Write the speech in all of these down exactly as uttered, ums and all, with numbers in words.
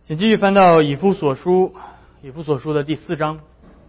请继续翻到以弗所书，以弗所书的第四章。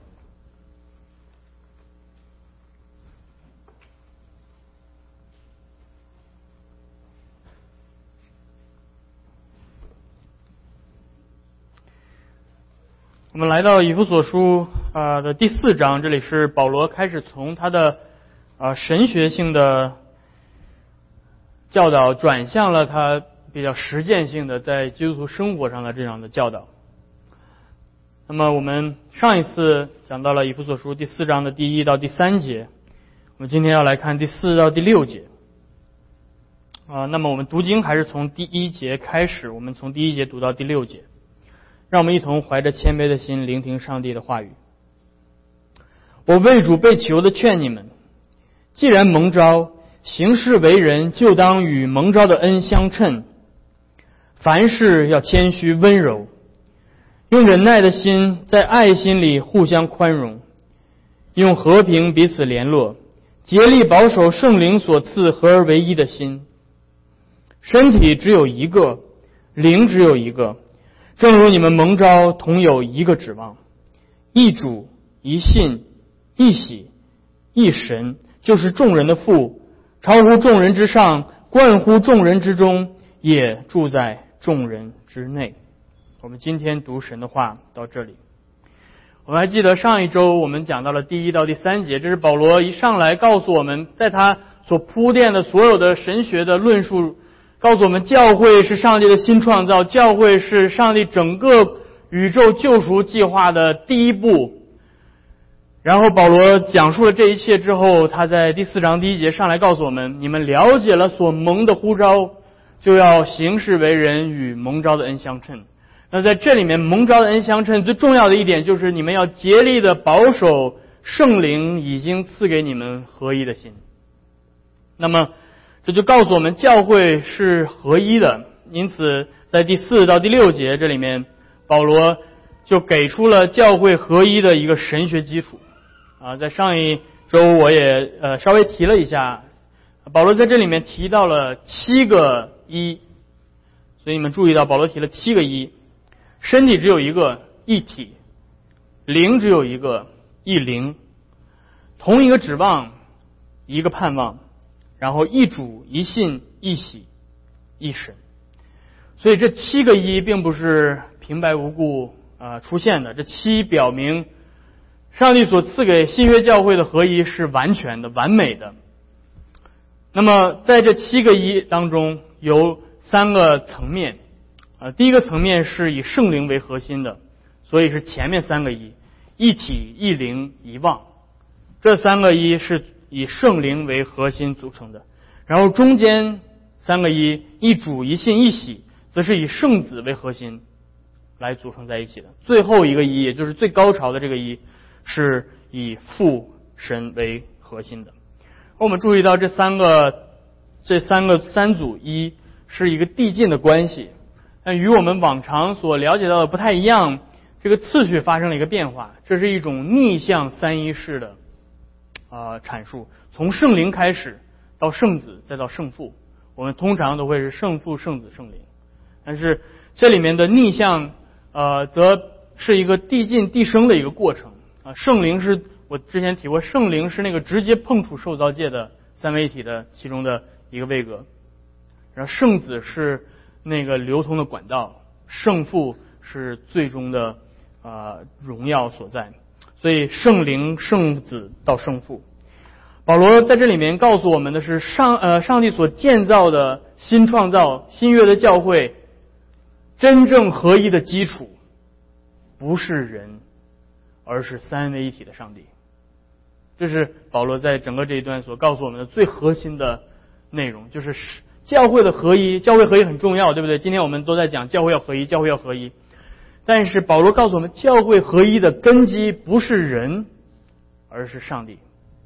我们来到以弗所书啊、呃、的第四章，这里是保罗开始从他的啊、呃、神学性的教导转向了他比较实践性的在基督徒生活上的这样的教导。那么我们上一次讲到了以弗所书第四章的第一到第三节，我们今天要来看第四到第六节啊、呃。那么我们读经还是从第一节开始，我们从第一节读到第六节。让我们一同怀着谦卑的心聆听上帝的话语。我为主被求的劝你们，既然蒙召，行事为人，就当与蒙召的恩相称。凡事要谦虚温柔，用忍耐的心在爱心里互相宽容，用和平彼此联络，竭力保守圣灵所赐合而为一的心。身体只有一个，灵只有一个，正如你们蒙召同有一个指望，一主，一信，一喜，一神，就是众人的父，超乎众人之上，贯乎众人之中，也住在众人之内。我们今天读神的话到这里。我们还记得上一周我们讲到了第一到第三节，这是保罗一上来告诉我们，在他所铺垫的所有的神学的论述，告诉我们教会是上帝的新创造，教会是上帝整个宇宙救赎计划的第一步。然后保罗讲述了这一切之后，他在第四章第一节上来告诉我们，你们了解了所蒙的呼召，就要行事为人，与蒙召的恩相称。那在这里面，蒙召的恩相称最重要的一点就是你们要竭力的保守圣灵已经赐给你们合一的心。那么这就告诉我们教会是合一的，因此在第四到第六节这里面，保罗就给出了教会合一的一个神学基础啊。在上一周我也呃稍微提了一下，保罗在这里面提到了七个一，所以你们注意到保罗提了七个一：身体只有一个，一体；灵只有一个，一灵；同一个指望，一个盼望。然后一主，一信，一喜，一神。所以这七个一并不是平白无故啊、呃、出现的，这七表明上帝所赐给新约教会的合一是完全的、完美的。那么在这七个一当中有三个层面啊、呃，第一个层面是以圣灵为核心的，所以是前面三个一：一体、一灵、一望。这三个一是以圣灵为核心组成的。然后中间三个一，一主，一信，一喜，则是以圣子为核心来组成在一起的。最后一个一，也就是最高潮的这个一，是以父神为核心的。我们注意到这三个这三个三组一是一个递进的关系，但与我们往常所了解到的不太一样，这个次序发生了一个变化，这是一种逆向三一式的啊、呃、阐述，从圣灵开始，到圣子，再到圣父。我们通常都会是圣父、圣子、圣灵，但是这里面的逆向呃，则是一个递进递升的一个过程啊。圣灵是我之前提过，圣灵是那个直接碰触受造界的三位一体的其中的一个位格，然后圣子是那个流通的管道，圣父是最终的啊、呃、荣耀所在。所以圣灵、圣子到圣父，保罗在这里面告诉我们的是上呃上帝所建造的新创造新约的教会，真正合一的基础不是人，而是三位一体的上帝。这是保罗在整个这一段所告诉我们的最核心的内容，就是教会的合一。教会合一很重要，对不对？今天我们都在讲教会要合一，教会要合一。但是保罗告诉我们，教会合一的根基不是人，而是上帝。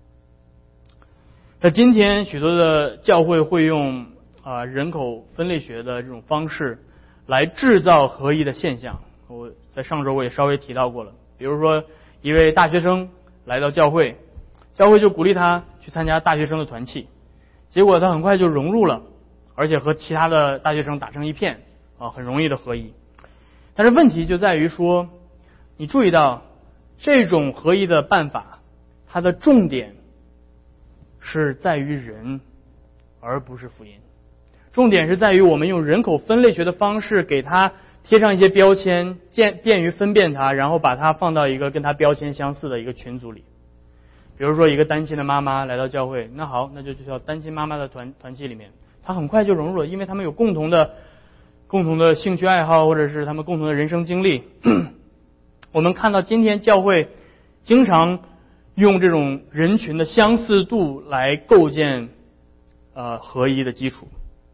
那今天许多的教会会用啊、呃、人口分类学的这种方式来制造合一的现象。我在上周我也稍微提到过了，比如说一位大学生来到教会，教会就鼓励他去参加大学生的团契，结果他很快就融入了，而且和其他的大学生打成一片啊，很容易的合一。 但是问题就在于说，你注意到这种合一的办法，它的重点是在于人，而不是福音。重点是在于我们用人口分类学的方式给它贴上一些标签，便便于分辨它，然后把它放到一个跟它标签相似的一个群组里。比如说一个单亲的妈妈来到教会，那好，那就叫单亲妈妈的团团契里面，她很快就融入了，因为他们有共同的共同的兴趣爱好，或者是他们共同的人生经历。我们看到今天教会经常用这种人群的相似度来构建呃合一的基础，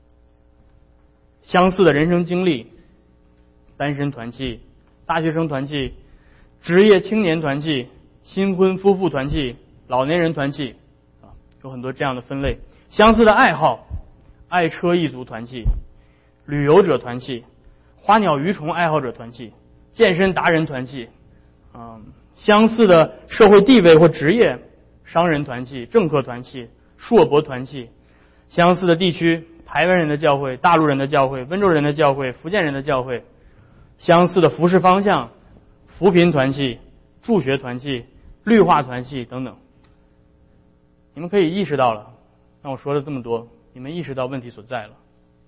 相似的人生经历，单身团契、大学生团契、职业青年团契、新婚夫妇团契、老年人团契啊，有很多这样的分类。相似的爱好，爱车一族团契、旅游者团契、花鸟鱼虫爱好者团契、健身达人团契，嗯，相似的社会地位或职业，商人团契、政客团契、硕博团契，相似的地区，台湾人的教会、大陆人的教会、温州人的教会、福建人的教会，相似的服饰方向，扶贫团契、助学团契、绿化团契等等。你们可以意识到了，让我说了这么多，你们意识到问题所在了。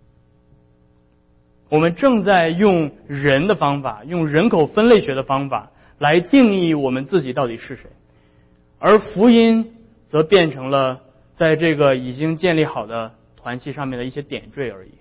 我们正在用人的方法，用人口分类学的方法来定义我们自己到底是谁，而福音则变成了在这个已经建立好的团契上面的一些点缀而已。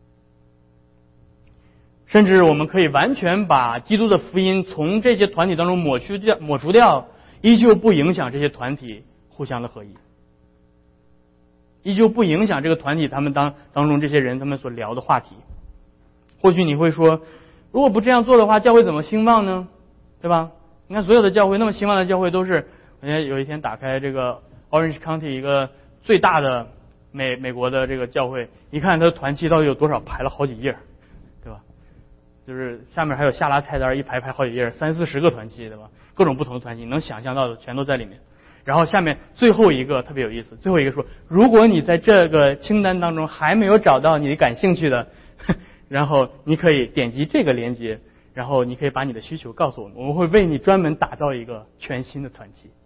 甚至我们可以完全把基督的福音从这些团体当中抹去掉、抹除掉，依旧不影响这些团体互相的合一，依旧不影响这个团体他们当当中这些人他们所聊的话题。或许你会说，如果不这样做的话，教会怎么兴旺呢？对吧？你看所有的教会，那么兴旺的教会都是，我有一天打开这个 Orange County 一个最大的美美国的这个教会，一看它的团契到底有多少，排了好几页，对吧？就是下面还有下拉菜单，一排排好几页，三四十个团契，对吧？各种不同的团契，你能想象到的全都在里面。然后下面最后一个特别有意思，最后一个说，如果你在这个清单当中还没有找到你感兴趣的，然后你可以点击这个链接，然后你可以把你的需求告诉我们，我们会为你专门打造一个全新的团契。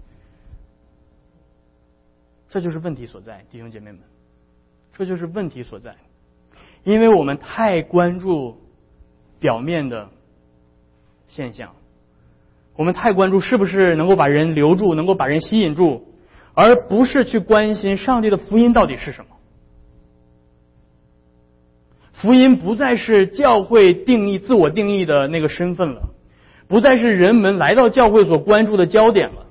这就是问题所在，弟兄姐妹们，这就是问题所在。因为我们太关注表面的现象，我们太关注是不是能够把人留住，能够把人吸引住，而不是去关心上帝的福音到底是什么。福音不再是教会定义、自我定义的那个身份了，不再是人们来到教会所关注的焦点了。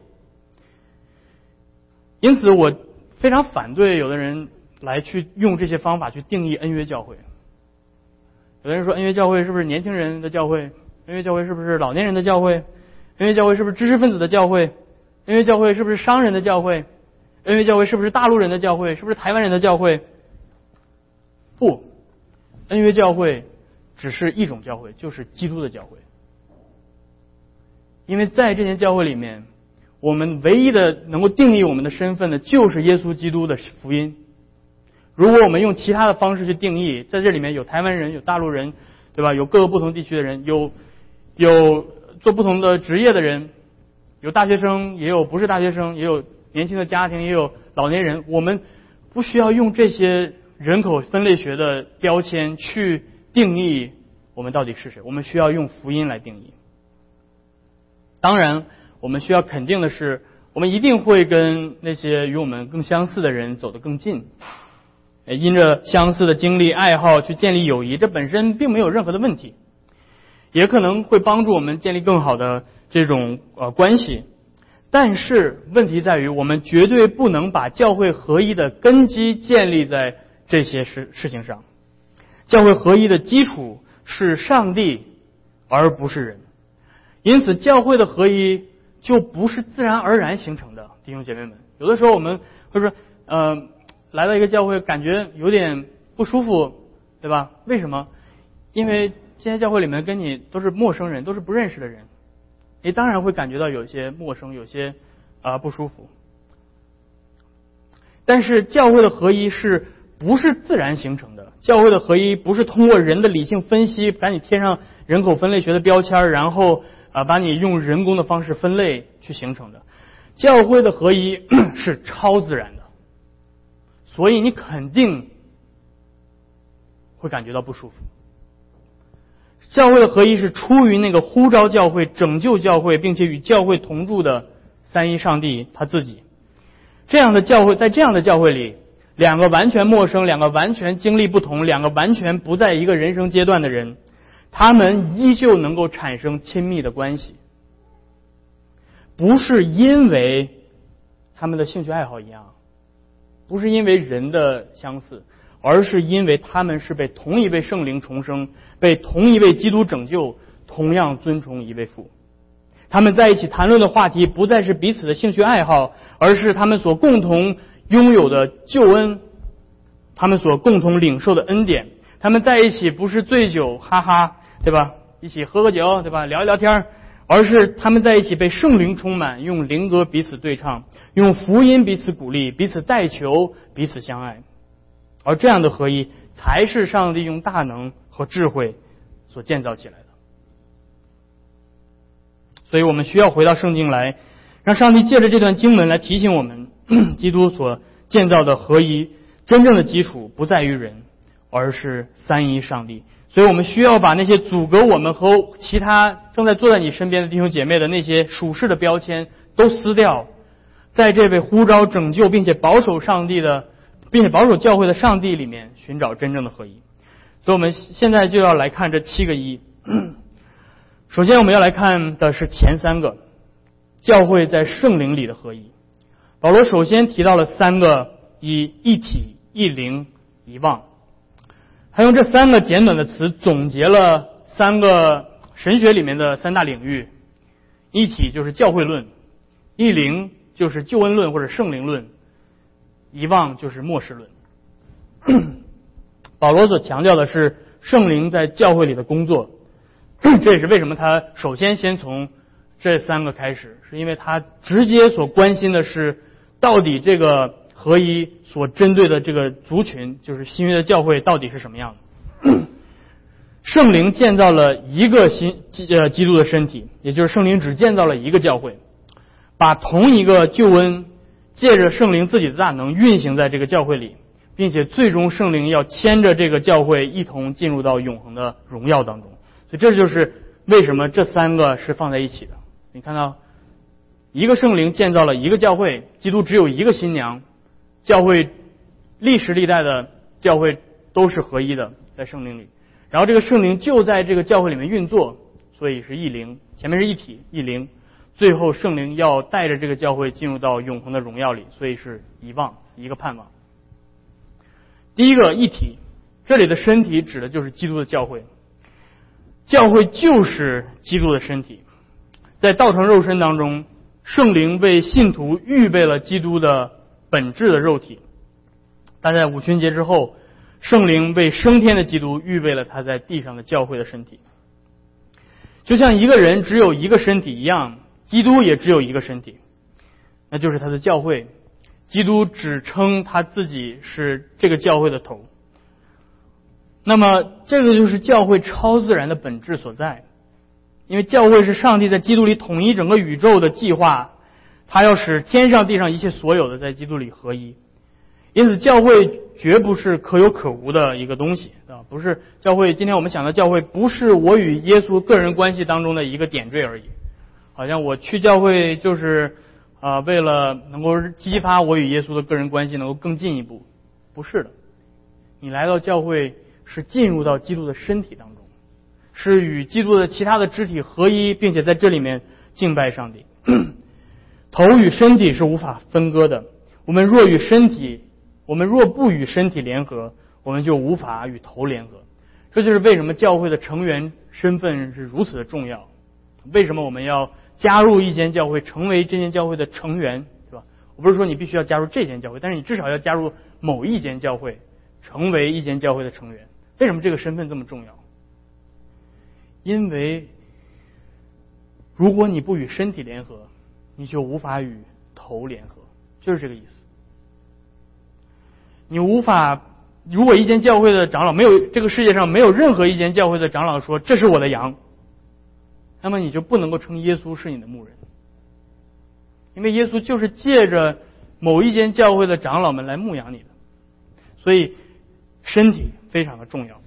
因此，我非常反对有的人来去用这些方法去定义恩约教会。有的人说，恩约教会是不是年轻人的教会？恩约教会是不是老年人的教会？恩约教会是不是知识分子的教会？恩约教会是不是商人的教会？恩约教会是不是大陆人的教会？是不是台湾人的教会？不。恩约教会只是一种教会，就是基督的教会。因为在这间教会里面，我们唯一的能够定义我们的身份的，就是耶稣基督的福音。如果我们用其他的方式去定义，在这里面有台湾人，有大陆人，对吧？有各个不同地区的人，有有做不同的职业的人，有大学生，也有不是大学生，也有年轻的家庭，也有老年人。我们不需要用这些人口分类学的标签去定义我们到底是谁，我们需要用福音来定义。当然，我们需要肯定的是，我们一定会跟那些与我们更相似的人走得更近，因着相似的经历、爱好去建立友谊，这本身并没有任何的问题，也可能会帮助我们建立更好的这种呃关系。但是问题在于，我们绝对不能把教会合一的根基建立在这些事事情上。教会合一的基础是上帝，而不是人。因此，教会的合一就不是自然而然形成的。弟兄姐妹们，有的时候我们会说，呃，来到一个教会，感觉有点不舒服，对吧？为什么？因为这些教会里面跟你都是陌生人，都是不认识的人，你当然会感觉到有些陌生，有些啊、呃、不舒服。但是教会的合一是不是自然形成的。教会的合一不是通过人的理性分析把你贴上人口分类学的标签，然后啊把你用人工的方式分类去形成的。教会的合一是超自然的，所以你肯定会感觉到不舒服。教会的合一是出于那个呼召教会、拯救教会并且与教会同住的三一上帝他自己。这样的教会，在这样的教会里，两个完全陌生、两个完全经历不同、两个完全不在一个人生阶段的人，他们依旧能够产生亲密的关系，不是因为他们的兴趣爱好一样，不是因为人的相似，而是因为他们是被同一位圣灵重生，被同一位基督拯救，同样尊崇一位父。他们在一起谈论的话题不再是彼此的兴趣爱好，而是他们所共同拥有的救恩，他们所共同领受的恩典。他们在一起不是醉酒哈哈，对吧？一起喝个酒，对吧？聊一聊天，而是他们在一起被圣灵充满，用灵歌彼此对唱，用福音彼此鼓励，彼此代求，彼此相爱。而这样的合一才是上帝用大能和智慧所建造起来的。所以我们需要回到圣经来，让上帝借着这段经文来提醒我们，基督所建造的合一真正的基础不在于人，而是三一上帝。所以我们需要把那些阻隔我们和其他正在坐在你身边的弟兄姐妹的那些属世的标签都撕掉，在这位呼召拯救并且保守上帝的并且保守教会的上帝里面寻找真正的合一。所以我们现在就要来看这七个一。首先我们要来看的是前三个，教会在圣灵里的合一。保罗首先提到了三个一：一体、一灵、一望。他用这三个简短的词总结了三个神学里面的三大领域。一体就是教会论，一灵就是救恩论或者圣灵论，一望就是末世论。保罗所强调的是圣灵在教会里的工作，这也是为什么他首先先从这三个开始，是因为他直接所关心的是到底这个合一所针对的这个族群，就是新约的教会到底是什么样的。圣灵建造了一个新呃基督的身体，也就是圣灵只建造了一个教会，把同一个救恩借着圣灵自己的大能运行在这个教会里，并且最终圣灵要牵着这个教会一同进入到永恒的荣耀当中。所以这就是为什么这三个是放在一起的。你看到一个圣灵建造了一个教会，基督只有一个新娘，教会历史历代的教会都是合一的，在圣灵里，然后这个圣灵就在这个教会里面运作，所以是一灵，前面是一体一灵，最后圣灵要带着这个教会进入到永恒的荣耀里，所以是一望，一个盼望。第一个一体，这里的身体指的就是基督的教会，教会就是基督的身体。在道成肉身当中，圣灵为信徒预备了基督的本质的肉体，但在五旬节之后，圣灵为升天的基督预备了他在地上的教会的身体。就像一个人只有一个身体一样，基督也只有一个身体，那就是他的教会。基督只称他自己是这个教会的头。那么这个就是教会超自然的本质所在，因为教会是上帝在基督里统一整个宇宙的计划，他要使天上地上一切所有的在基督里合一。因此教会绝不是可有可无的一个东西啊，不是教会，今天我们想到教会不是我与耶稣个人关系当中的一个点缀而已，好像我去教会就是啊、呃、为了能够激发我与耶稣的个人关系能够更进一步，不是的。你来到教会是进入到基督的身体当中，是与基督的其他的肢体合一，并且在这里面敬拜上帝。头与身体是无法分割的，我们若与身体我们若不与身体联合，我们就无法与头联合。这就是为什么教会的成员身份是如此的重要，为什么我们要加入一间教会，成为这间教会的成员，是吧？我不是说你必须要加入这间教会，但是你至少要加入某一间教会，成为一间教会的成员。为什么这个身份这么重要？因为如果你不与身体联合，你就无法与头联合，就是这个意思。你无法如果一间教会的长老没有，这个世界上没有任何一间教会的长老说这是我的羊，那么你就不能够称耶稣是你的牧人，因为耶稣就是借着某一间教会的长老们来牧养你的，所以身体非常的重要。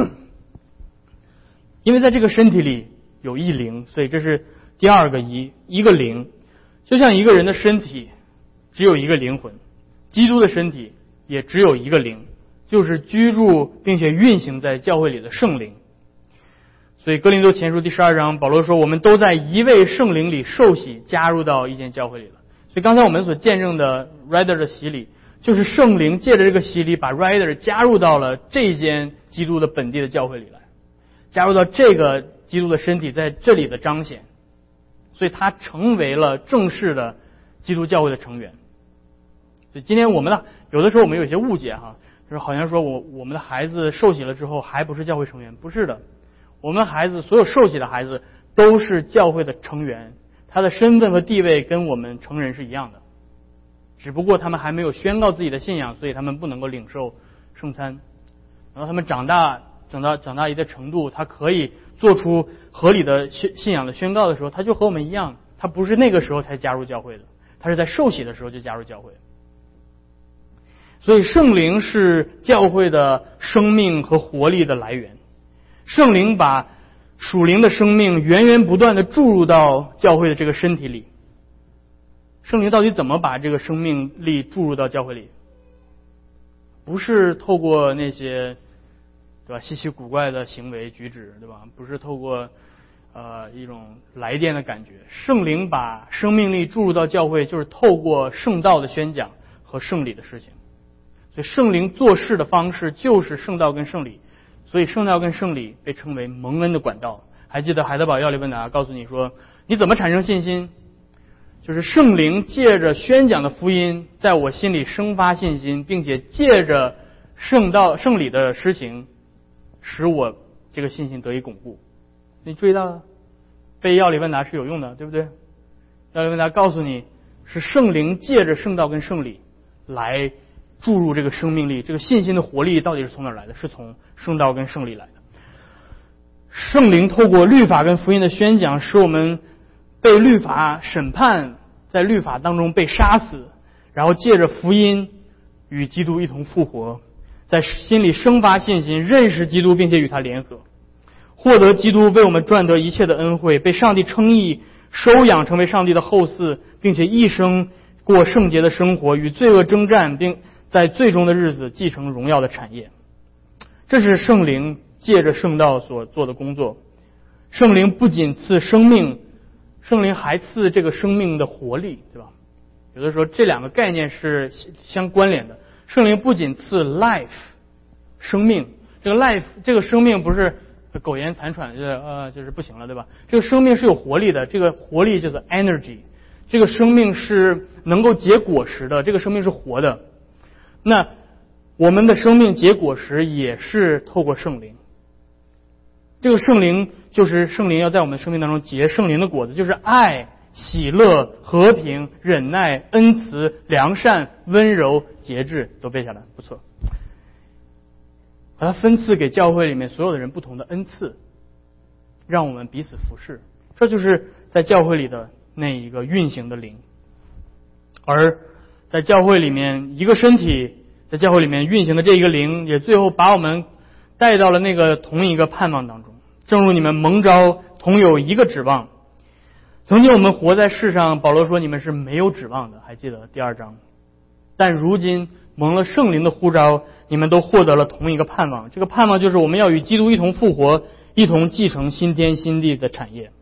因为在这个身体里有一灵，所以这是第二个一一个灵，就像一个人的身体只有一个灵魂，基督的身体也只有一个灵，就是居住并且运行在教会里的圣灵。所以哥林多前书第十二章保罗说，我们都在一位圣灵里受洗，加入到一间教会里了。所以刚才我们所见证的 Rider 的洗礼，就是圣灵借着这个洗礼把 Rider 加入到了这间基督的本地的教会里来，加入到这个基督的身体在这里的彰显，所以他成为了正式的基督教会的成员。所以今天我们的有的时候我们有一些误解哈，就是好像说我我们的孩子受洗了之后还不是教会成员，不是的，我们孩子所有受洗的孩子都是教会的成员，他的身份和地位跟我们成人是一样的，只不过他们还没有宣告自己的信仰，所以他们不能够领受圣餐。然后他们长大长到长大一定程度，他可以做出合理的信仰的宣告的时候，他就和我们一样，他不是那个时候才加入教会的，他是在受洗的时候就加入教会。所以圣灵是教会的生命和活力的来源，圣灵把属灵的生命源源不断的注入到教会的这个身体里。圣灵到底怎么把这个生命力注入到教会里？不是透过那些对吧稀奇古怪的行为举止，对吧？不是透过呃一种来电的感觉。圣灵把生命力注入到教会，就是透过圣道的宣讲和圣礼的事情。所以圣灵做事的方式就是圣道跟圣礼，所以圣道跟圣礼被称为蒙恩的管道。还记得海德堡要理问答告诉你说，你怎么产生信心？就是圣灵借着宣讲的福音在我心里生发信心，并且借着圣道圣礼的施行使我这个信心得以巩固。你注意到了，背要理问答是有用的，对不对？要理问答告诉你是圣灵借着圣道跟圣礼来注入这个生命力，这个信心的活力到底是从哪儿来的？是从圣道跟圣礼来的。圣灵透过律法跟福音的宣讲，使我们被律法审判，在律法当中被杀死，然后借着福音与基督一同复活，在心里生发信心，认识基督并且与他联合，获得基督为我们赚得一切的恩惠，被上帝称义，收养成为上帝的后嗣，并且一生过圣洁的生活，与罪恶征战，并在最终的日子继承荣耀的产业。这是圣灵借着圣道所做的工作。圣灵不仅赐生命，圣灵还赐这个生命的活力，对吧？有的时候这两个概念是相关联的。圣灵不仅赐 life 生命，这个 life 这个生命不是苟延残喘，就是呃就是不行了，对吧？这个生命是有活力的，这个活力叫做 energy， 这个生命是能够结果实的，这个生命是活的。那我们的生命结果实也是透过圣灵，这个圣灵就是圣灵要在我们生命当中结圣灵的果子，就是爱、喜乐、和平、忍耐、恩慈、良善、温柔、节制，都背下来，不错。把它分赐给教会里面所有的人不同的恩赐，让我们彼此服侍，这就是在教会里的那一个运行的灵。而在教会里面，一个身体在教会里面运行的这一个灵，也最后把我们带到了那个同一个盼望当中。正如你们蒙召同有一个指望。曾经我们活在世上，保罗说你们是没有指望的，还记得第二章。但如今蒙了圣灵的呼召，你们都获得了同一个盼望。这个盼望就是我们要与基督一同复活，一同继承新天新地的产业。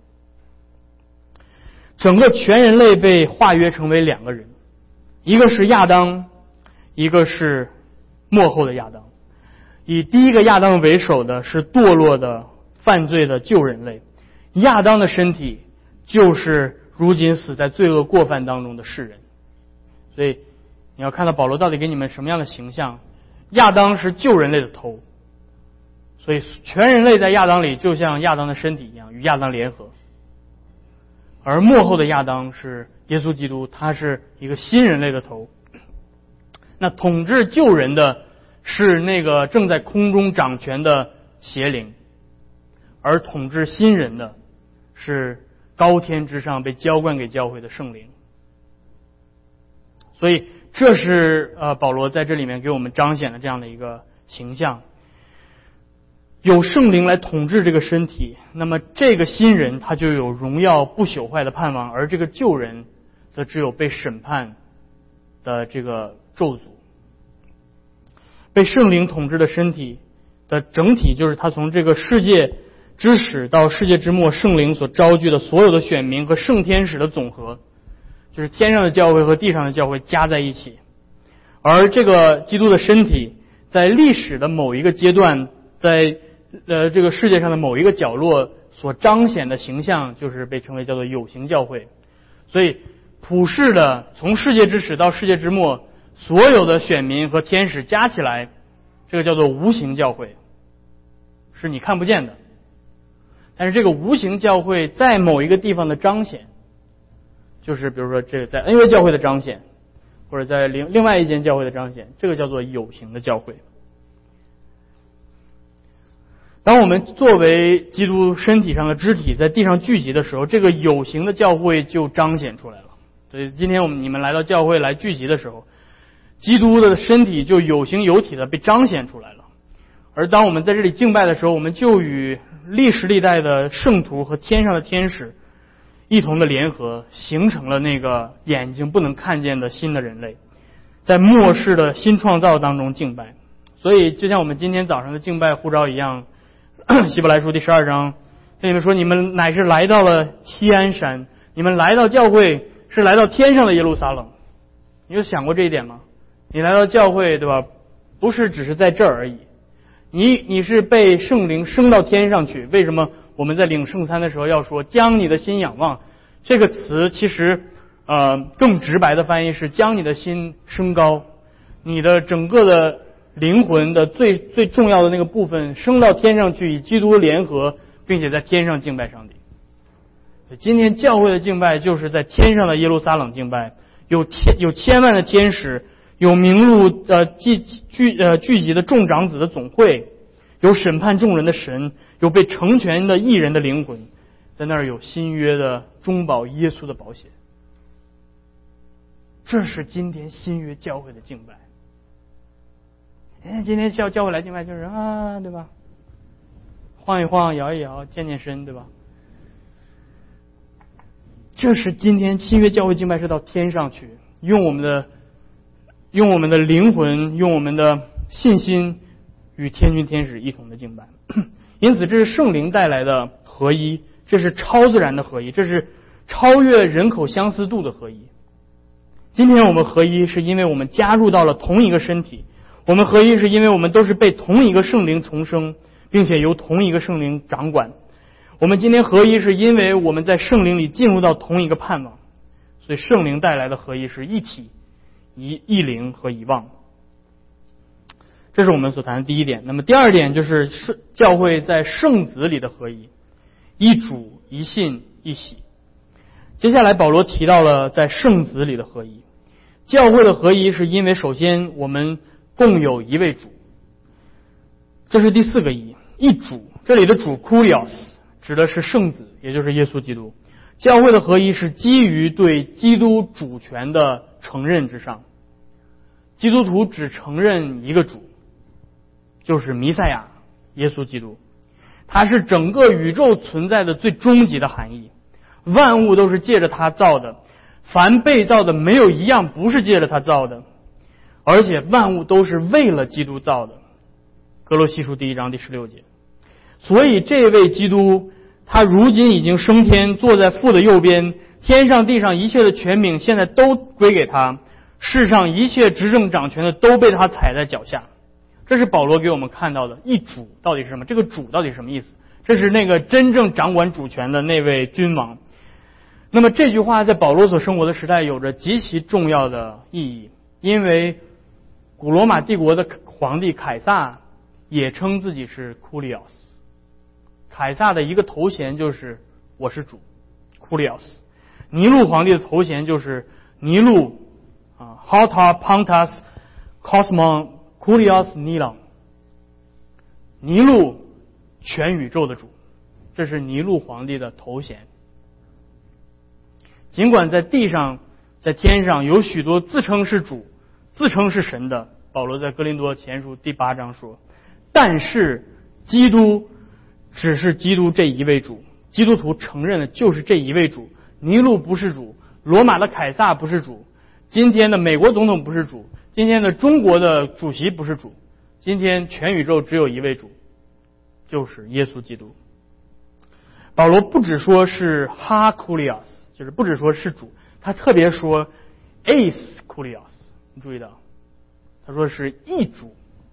整个全人类被化约成为两个人，一个是亚当，一个是末后的亚当。以第一个亚当为首的是堕落的犯罪的旧人类，亚当的身体就是如今死在罪恶过犯当中的世人。所以你要看到保罗到底给你们什么样的形象。亚当是旧人类的头，所以全人类在亚当里就像亚当的身体一样，与亚当联合。而末后的亚当是耶稣基督，他是一个新人类的头。那统治旧人的是那个正在空中掌权的邪灵，而统治新人的是高天之上被浇灌给教会的圣灵。所以这是呃保罗在这里面给我们彰显的这样的一个形象。有圣灵来统治这个身体，那么这个新人他就有荣耀不朽坏的盼望，而这个旧人则只有被审判的这个咒诅。被圣灵统治的身体的整体，就是他从这个世界之始到世界之末，圣灵所招聚的所有的选民和圣天使的总和，就是天上的教会和地上的教会加在一起。而这个基督的身体在历史的某一个阶段，在呃这个世界上的某一个角落所彰显的形象，就是被称为叫做有形教会。所以普世的从世界之始到世界之末，所有的选民和天使加起来，这个叫做无形教会，是你看不见的。但是这个无形教会在某一个地方的彰显，就是比如说这个在恩约教会的彰显，或者在另另外一间教会的彰显，这个叫做有形的教会。当我们作为基督身体上的肢体在地上聚集的时候，这个有形的教会就彰显出来了。所以今天我们你们来到教会来聚集的时候，基督的身体就有形有体的被彰显出来了。而当我们在这里敬拜的时候，我们就与历史历代的圣徒和天上的天使一同的联合，形成了那个眼睛不能看见的新的人类，在末世的新创造当中敬拜。所以就像我们今天早上的敬拜呼召一样，希伯来书第十二章跟你们说，你们乃是来到了锡安山，你们来到教会是来到天上的耶路撒冷。你有想过这一点吗？你来到教会，对吧？不是只是在这儿而已，你你是被圣灵升到天上去。为什么我们在领圣餐的时候要说将你的心仰望？这个词其实呃更直白的翻译是将你的心升高，你的整个的灵魂的最最重要的那个部分升到天上去，与基督联合，并且在天上敬拜上帝。今天教会的敬拜就是在天上的耶路撒冷敬拜，有天有千万的天使，有名录呃聚聚呃聚集的众长子的总会，有审判众人的神，有被成全的义人的灵魂，在那儿有新约的中保耶稣的保险。这是今天新约教会的敬拜。哎，今天教教会来敬拜就是啊，对吧？晃一晃，摇一摇，健健身，对吧？这是今天新约教会敬拜是到天上去，用我们的用我们的灵魂，用我们的信心与天君天使一同的敬拜。因此，这是圣灵带来的合一，这是超自然的合一，这是超越人口相似度的合一。今天我们合一，是因为我们加入到了同一个身体。我们合一是因为我们都是被同一个圣灵重生，并且由同一个圣灵掌管。我们今天合一是因为我们在圣灵里进入到同一个盼望，所以圣灵带来的合一是一体、一一灵和一望。这是我们所谈的第一点。那么第二点就是教会在圣子里的合一，一主、一信、一喜。接下来保罗提到了在圣子里的合一。教会的合一是因为首先我们共有一位主，这是第四个一。一主，这里的主 Kurios 指的是圣子，也就是耶稣基督。教会的合一是基于对基督主权的承认之上。基督徒只承认一个主，就是弥赛亚耶稣基督，他是整个宇宙存在的最终极的含义。万物都是借着他造的，凡被造的没有一样不是借着他造的，而且万物都是为了基督造的。哥罗西书第一章第十六节。所以这位基督，他如今已经升天，坐在父的右边，天上地上一切的权柄现在都归给他，世上一切执政掌权的都被他踩在脚下。这是保罗给我们看到的一主到底是什么？这个主到底什么意思？这是那个真正掌管主权的那位君王。那么这句话在保罗所生活的时代有着极其重要的意义，因为古罗马帝国的皇帝凯撒也称自己是库利奥斯。凯撒的一个头衔就是我是主，库利奥斯。尼禄皇帝的头衔就是尼禄啊 Hota Pontus Cosmon Kulios Nilon， 尼禄全宇宙的主，这是尼禄皇帝的头衔。尽管在地上在天上有许多自称是主自称是神的，保罗在哥林多前书第八章说，但是基督只是基督这一位主，基督徒承认的就是这一位主，尼禄不是主，罗马的凯撒不是主，今天的美国总统不是主，今天的中国的主席不是主，今天全宇宙只有一位主，就是耶稣基督。保罗不只说是哈库利奥斯，就是不只说是主，他特别说 eis kulios， 你注意到他说是义主。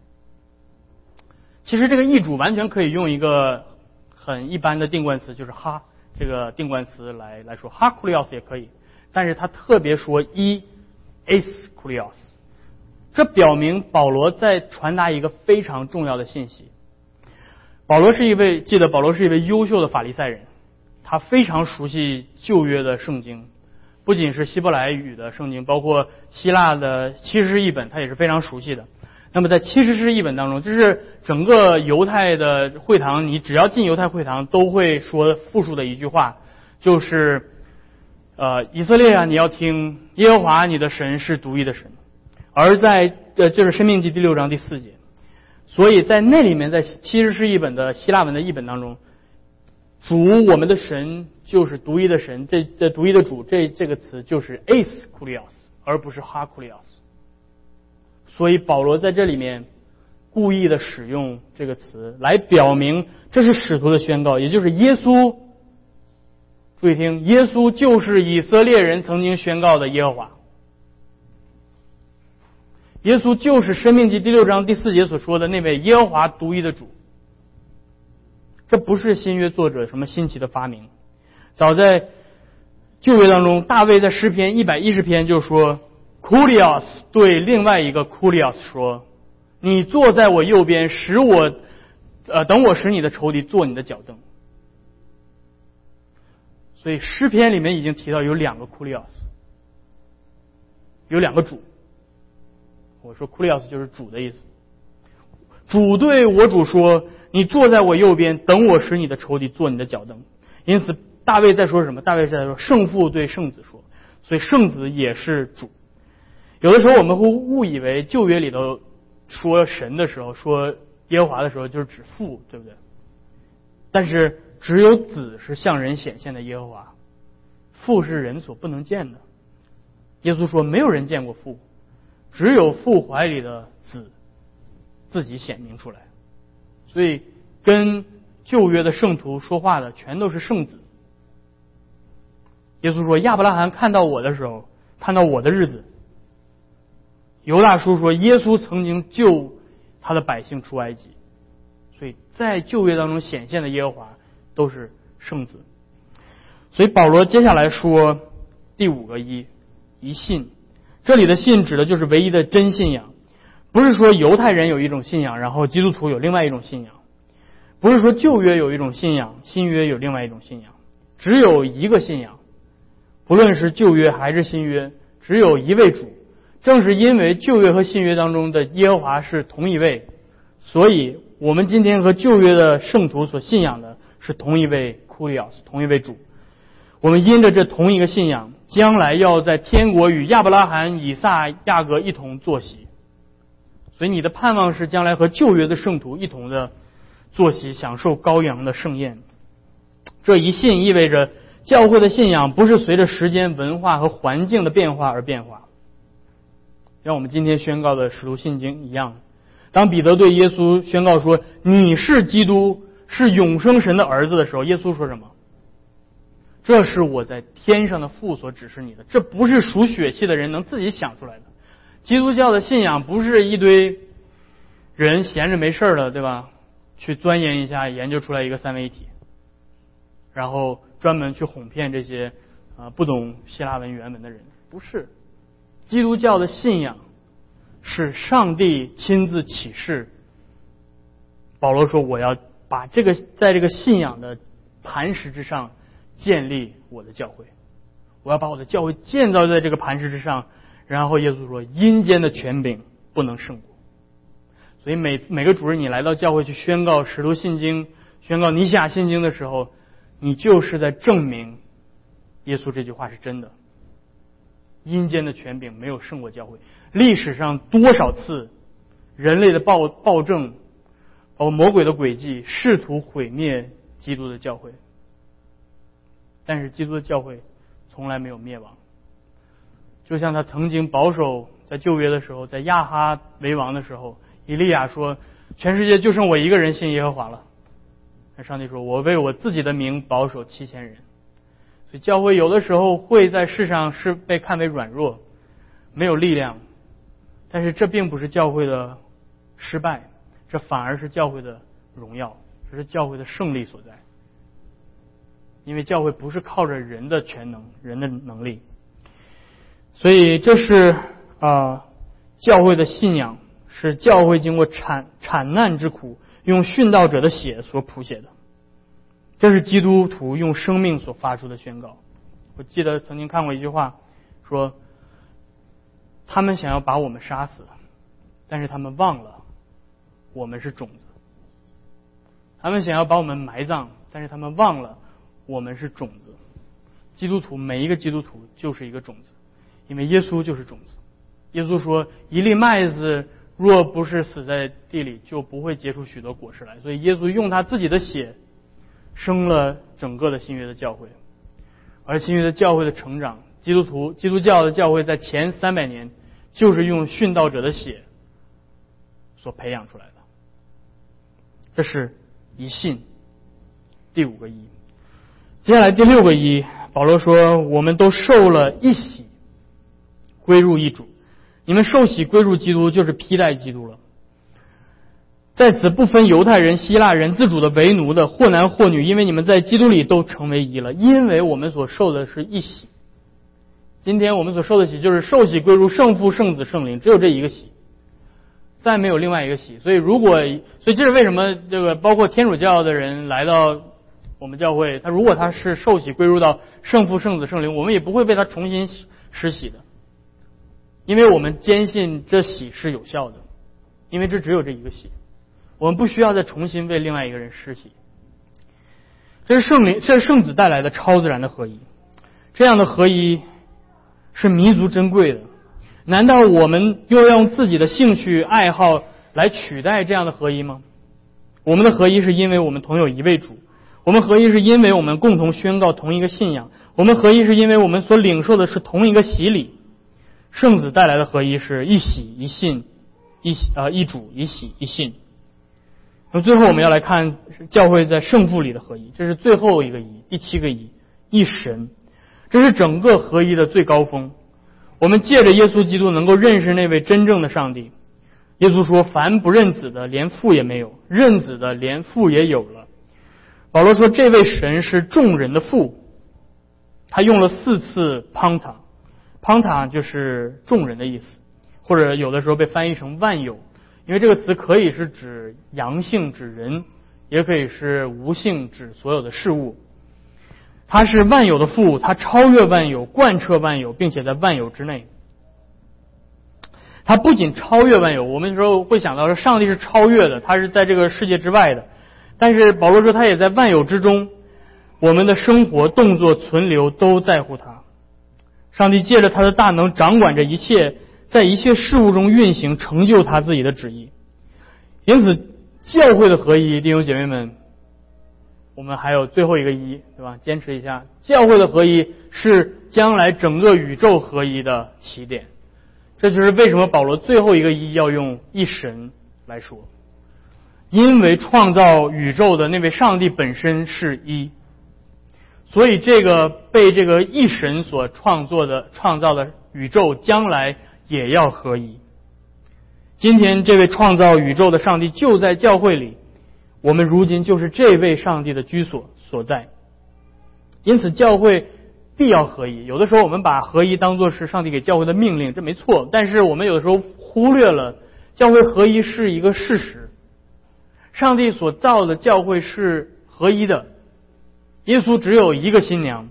其实这个义主完全可以用一个很一般的定冠词，就是哈这个定冠词来来说，哈库利奥斯也可以，但是他特别说一 eis kulios， 这表明保罗在传达一个非常重要的信息。保罗是一位，记得保罗是一位优秀的法利赛人，他非常熟悉旧约的圣经，不仅是希伯来语的圣经，包括希腊的七十士译本，他也是非常熟悉的。那么在七十士译本当中，就是整个犹太的会堂，你只要进犹太会堂都会说复述的一句话，就是呃以色列啊，你要听耶和华你的神是独一的神。而在呃就是申命记第六章第四节，所以在那里面，在七十士译本的希腊文的译本当中，主我们的神就是独一的神，这这独一的主这这个词就是 eis kulios， 而不是 ha kulios。所以保罗在这里面故意的使用这个词来表明这是使徒的宣告，也就是耶稣，注意听，耶稣就是以色列人曾经宣告的耶和华，耶稣就是申命记第六章第四节所说的那位耶和华独一的主。这不是新约作者什么新奇的发明，早在旧约当中，大卫在诗篇一百一十篇就说Kulios 对另外一个 Kulios 说，你坐在我右边，使我呃等我使你的仇敌坐你的脚凳。所以诗篇里面已经提到有两个 Kulios， 有两个主。我说 Kulios 就是主的意思，主对我主说，你坐在我右边，等我使你的仇敌坐你的脚凳。因此大卫在说什么？大卫在说圣父对圣子说，所以圣子也是主。有的时候我们会误以为旧约里头说神的时候，说耶和华的时候就是指父，对不对？但是只有子是向人显现的耶和华，父是人所不能见的。耶稣说没有人见过父，只有父怀里的子自己显明出来。所以跟旧约的圣徒说话的全都是圣子。耶稣说亚伯拉罕看到我的时候，看到我的日子。犹大书说耶稣曾经救他的百姓出埃及，所以在旧约当中显现的耶和华都是圣子。所以保罗接下来说第五个一一信，这里的信指的就是唯一的真信仰，不是说犹太人有一种信仰，然后基督徒有另外一种信仰，不是说旧约有一种信仰，新约有另外一种信仰，只有一个信仰，不论是旧约还是新约，只有一位主。正是因为旧约和新约当中的耶和华是同一位，所以我们今天和旧约的圣徒所信仰的是同一位 Kulios， 同一位主。我们因着这同一个信仰，将来要在天国与亚伯拉罕、以撒、雅各一同坐席。所以你的盼望是将来和旧约的圣徒一同的坐席，享受羔羊的盛宴。这一信意味着教会的信仰不是随着时间、文化和环境的变化而变化。让我们今天宣告的使徒信经一样，当彼得对耶稣宣告说你是基督，是永生神的儿子的时候，耶稣说什么？这是我在天上的父所指示你的，这不是属血气的人能自己想出来的。基督教的信仰不是一堆人闲着没事了，对吧，去钻研一下，研究出来一个三位一体，然后专门去哄骗这些啊、呃、不懂希腊文原文的人。不是，基督教的信仰是上帝亲自启示。保罗说我要把这个在这个信仰的磐石之上建立我的教会，我要把我的教会建造在这个磐石之上。然后耶稣说阴间的权柄不能胜过。 所以每每个主日你来到教会去宣告使徒信经、宣告尼西亚信经的时候，你就是在证明耶稣这句话是真的。阴间的权柄没有胜过教会。历史上多少次人类的暴暴政，包括魔鬼的诡计，试图毁灭基督的教会，但是基督的教会从来没有灭亡。就像他曾经保守在旧约的时候，在亚哈为王的时候，以利亚说全世界就剩我一个人信耶和华了，那上帝说我为我自己的名保守七千人。所以教会有的时候会在世上是被看为软弱，没有力量，但是这并不是教会的失败，这反而是教会的荣耀，这是教会的胜利所在。因为教会不是靠着人的全能、人的能力，所以这是啊、呃、教会的信仰，是教会经过惨惨难之苦，用殉道者的血所谱写的。这是基督徒用生命所发出的宣告。我记得曾经看过一句话，说他们想要把我们杀死，但是他们忘了我们是种子。他们想要把我们埋葬，但是他们忘了我们是种子。基督徒，每一个基督徒就是一个种子，因为耶稣就是种子。耶稣说一粒麦子若不是死在地里，就不会结出许多果实来。所以耶稣用他自己的血生了整个的新约的教会。而新约的教会的成长，基督徒基督教的教会在前三百年就是用殉道者的血所培养出来的。这是一信，第五个一。接下来第六个一，保罗说我们都受了一洗，归入一主。你们受洗归入基督，就是披戴基督了。在此不分犹太人、希腊人、自主的、为奴的，或男或女，因为你们在基督里都成为一了。因为我们所受的是一洗。今天我们所受的洗就是受洗归入圣父、圣子、圣灵，只有这一个洗，再没有另外一个洗。所以如果，所以这是为什么这个包括天主教的人来到我们教会，他如果他是受洗归入到圣父、圣子、圣灵，我们也不会为他重新施洗的，因为我们坚信这洗是有效的，因为这只有这一个洗。我们不需要再重新为另外一个人施洗。这是圣灵，这是圣子带来的超自然的合一。这样的合一是弥足珍贵的。难道我们又要用自己的兴趣爱好来取代这样的合一吗？我们的合一是因为我们同有一位主，我们合一是因为我们共同宣告同一个信仰，我们合一是因为我们所领受的是同一个洗礼。圣子带来的合一是一洗一信，一呃一主一洗一信。那么最后我们要来看教会在圣父里的合一，这是最后一个一，第七个一，一神。这是整个合一的最高峰。我们借着耶稣基督能够认识那位真正的上帝。耶稣说凡不认子的连父也没有，认子的连父也有了。保罗说这位神是众人的父，他用了四次 panta， panta 就是众人的意思，或者有的时候被翻译成万有，因为这个词可以是指阳性指人，也可以是无性指所有的事物。他是万有的父，他超越万有，贯彻万有，并且在万有之内。他不仅超越万有，我们有时候会想到说上帝是超越的，他是在这个世界之外的，但是保罗说他也在万有之中。我们的生活、动作、存留都在乎他。上帝借着他的大能掌管着一切，在一切事物中运行，成就他自己的旨意。因此教会的合一，弟兄姐妹们，我们还有最后一个一，对吧？坚持一下，教会的合一是将来整个宇宙合一的起点。这就是为什么保罗最后一个一要用一神来说，因为创造宇宙的那位上帝本身是一，所以这个被这个一神所创作的创造的宇宙将来也要合一。今天这位创造宇宙的上帝就在教会里，我们如今就是这位上帝的居所所在。因此教会必要合一。有的时候我们把合一当作是上帝给教会的命令，这没错，但是我们有的时候忽略了教会合一是一个事实。上帝所造的教会是合一的，耶稣只有一个新娘，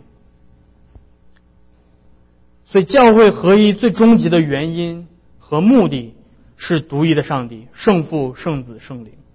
所以教会合一最终极的原因和目的是独一的上帝，圣父、圣子、圣灵。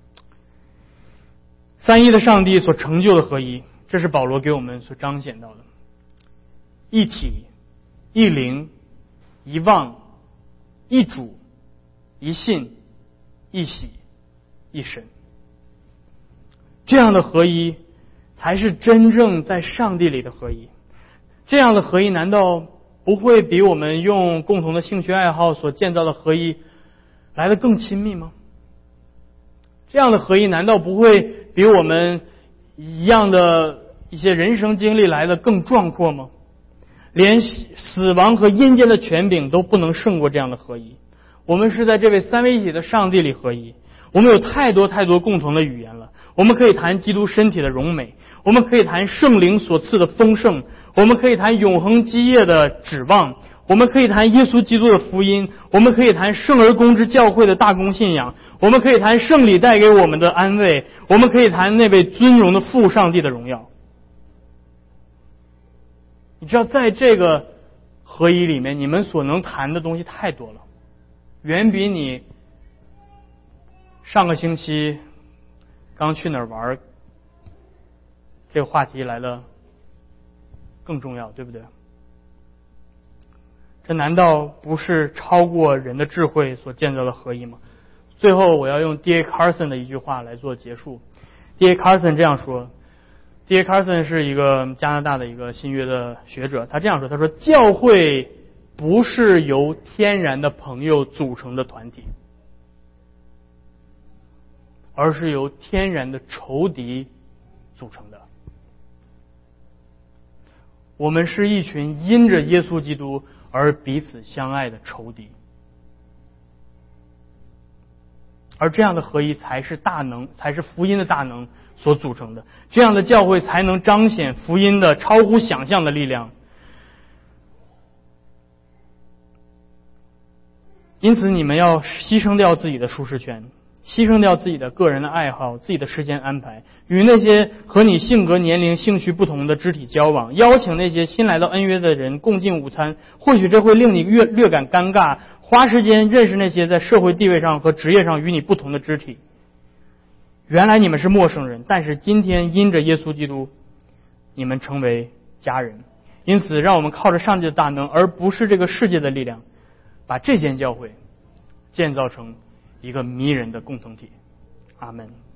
三一的上帝所成就的合一，这是保罗给我们所彰显到的。一体、一灵、一望、一主、一信、一喜、一神。这样的合一才是真正在上帝里的合一。这样的合一难道不会比我们用共同的兴趣爱好所建造的合一来得更亲密吗？这样的合一难道不会比我们一样的一些人生经历来得更壮阔吗？连死亡和阴间的权柄都不能胜过这样的合一。我们是在这位三位一体的上帝里合一，我们有太多太多共同的语言了。我们可以谈基督身体的荣美，我们可以谈圣灵所赐的丰盛，我们可以谈永恒基业的指望，我们可以谈耶稣基督的福音，我们可以谈圣而公之教会的大公信仰，我们可以谈圣礼带给我们的安慰，我们可以谈那位尊荣的父上帝的荣耀。你知道，在这个合一里面，你们所能谈的东西太多了，远比你上个星期刚去哪儿玩这个话题来的更重要，对不对？这难道不是超过人的智慧所建造的合一吗？最后我要用 D A Carson 的一句话来做结束。 D A Carson 这样说， D A Carson 是一个加拿大的一个新约的学者，他这样说，他说教会不是由天然的朋友组成的团体，而是由天然的仇敌组成的。我们是一群因着耶稣基督而彼此相爱的仇敌，而这样的合一才是大能，才是福音的大能所组成的。这样的教会才能彰显福音的超乎想象的力量。因此你们要牺牲掉自己的舒适圈，牺牲掉自己的个人的爱好，自己的时间安排，与那些和你性格、年龄、兴趣不同的肢体交往，邀请那些新来到恩约的人共进午餐，或许这会令你略略感尴尬，花时间认识那些在社会地位上和职业上与你不同的肢体。原来你们是陌生人，但是今天因着耶稣基督，你们成为家人。因此让我们靠着上帝的大能，而不是这个世界的力量，把这间教会建造成一个迷人的共同体。阿们。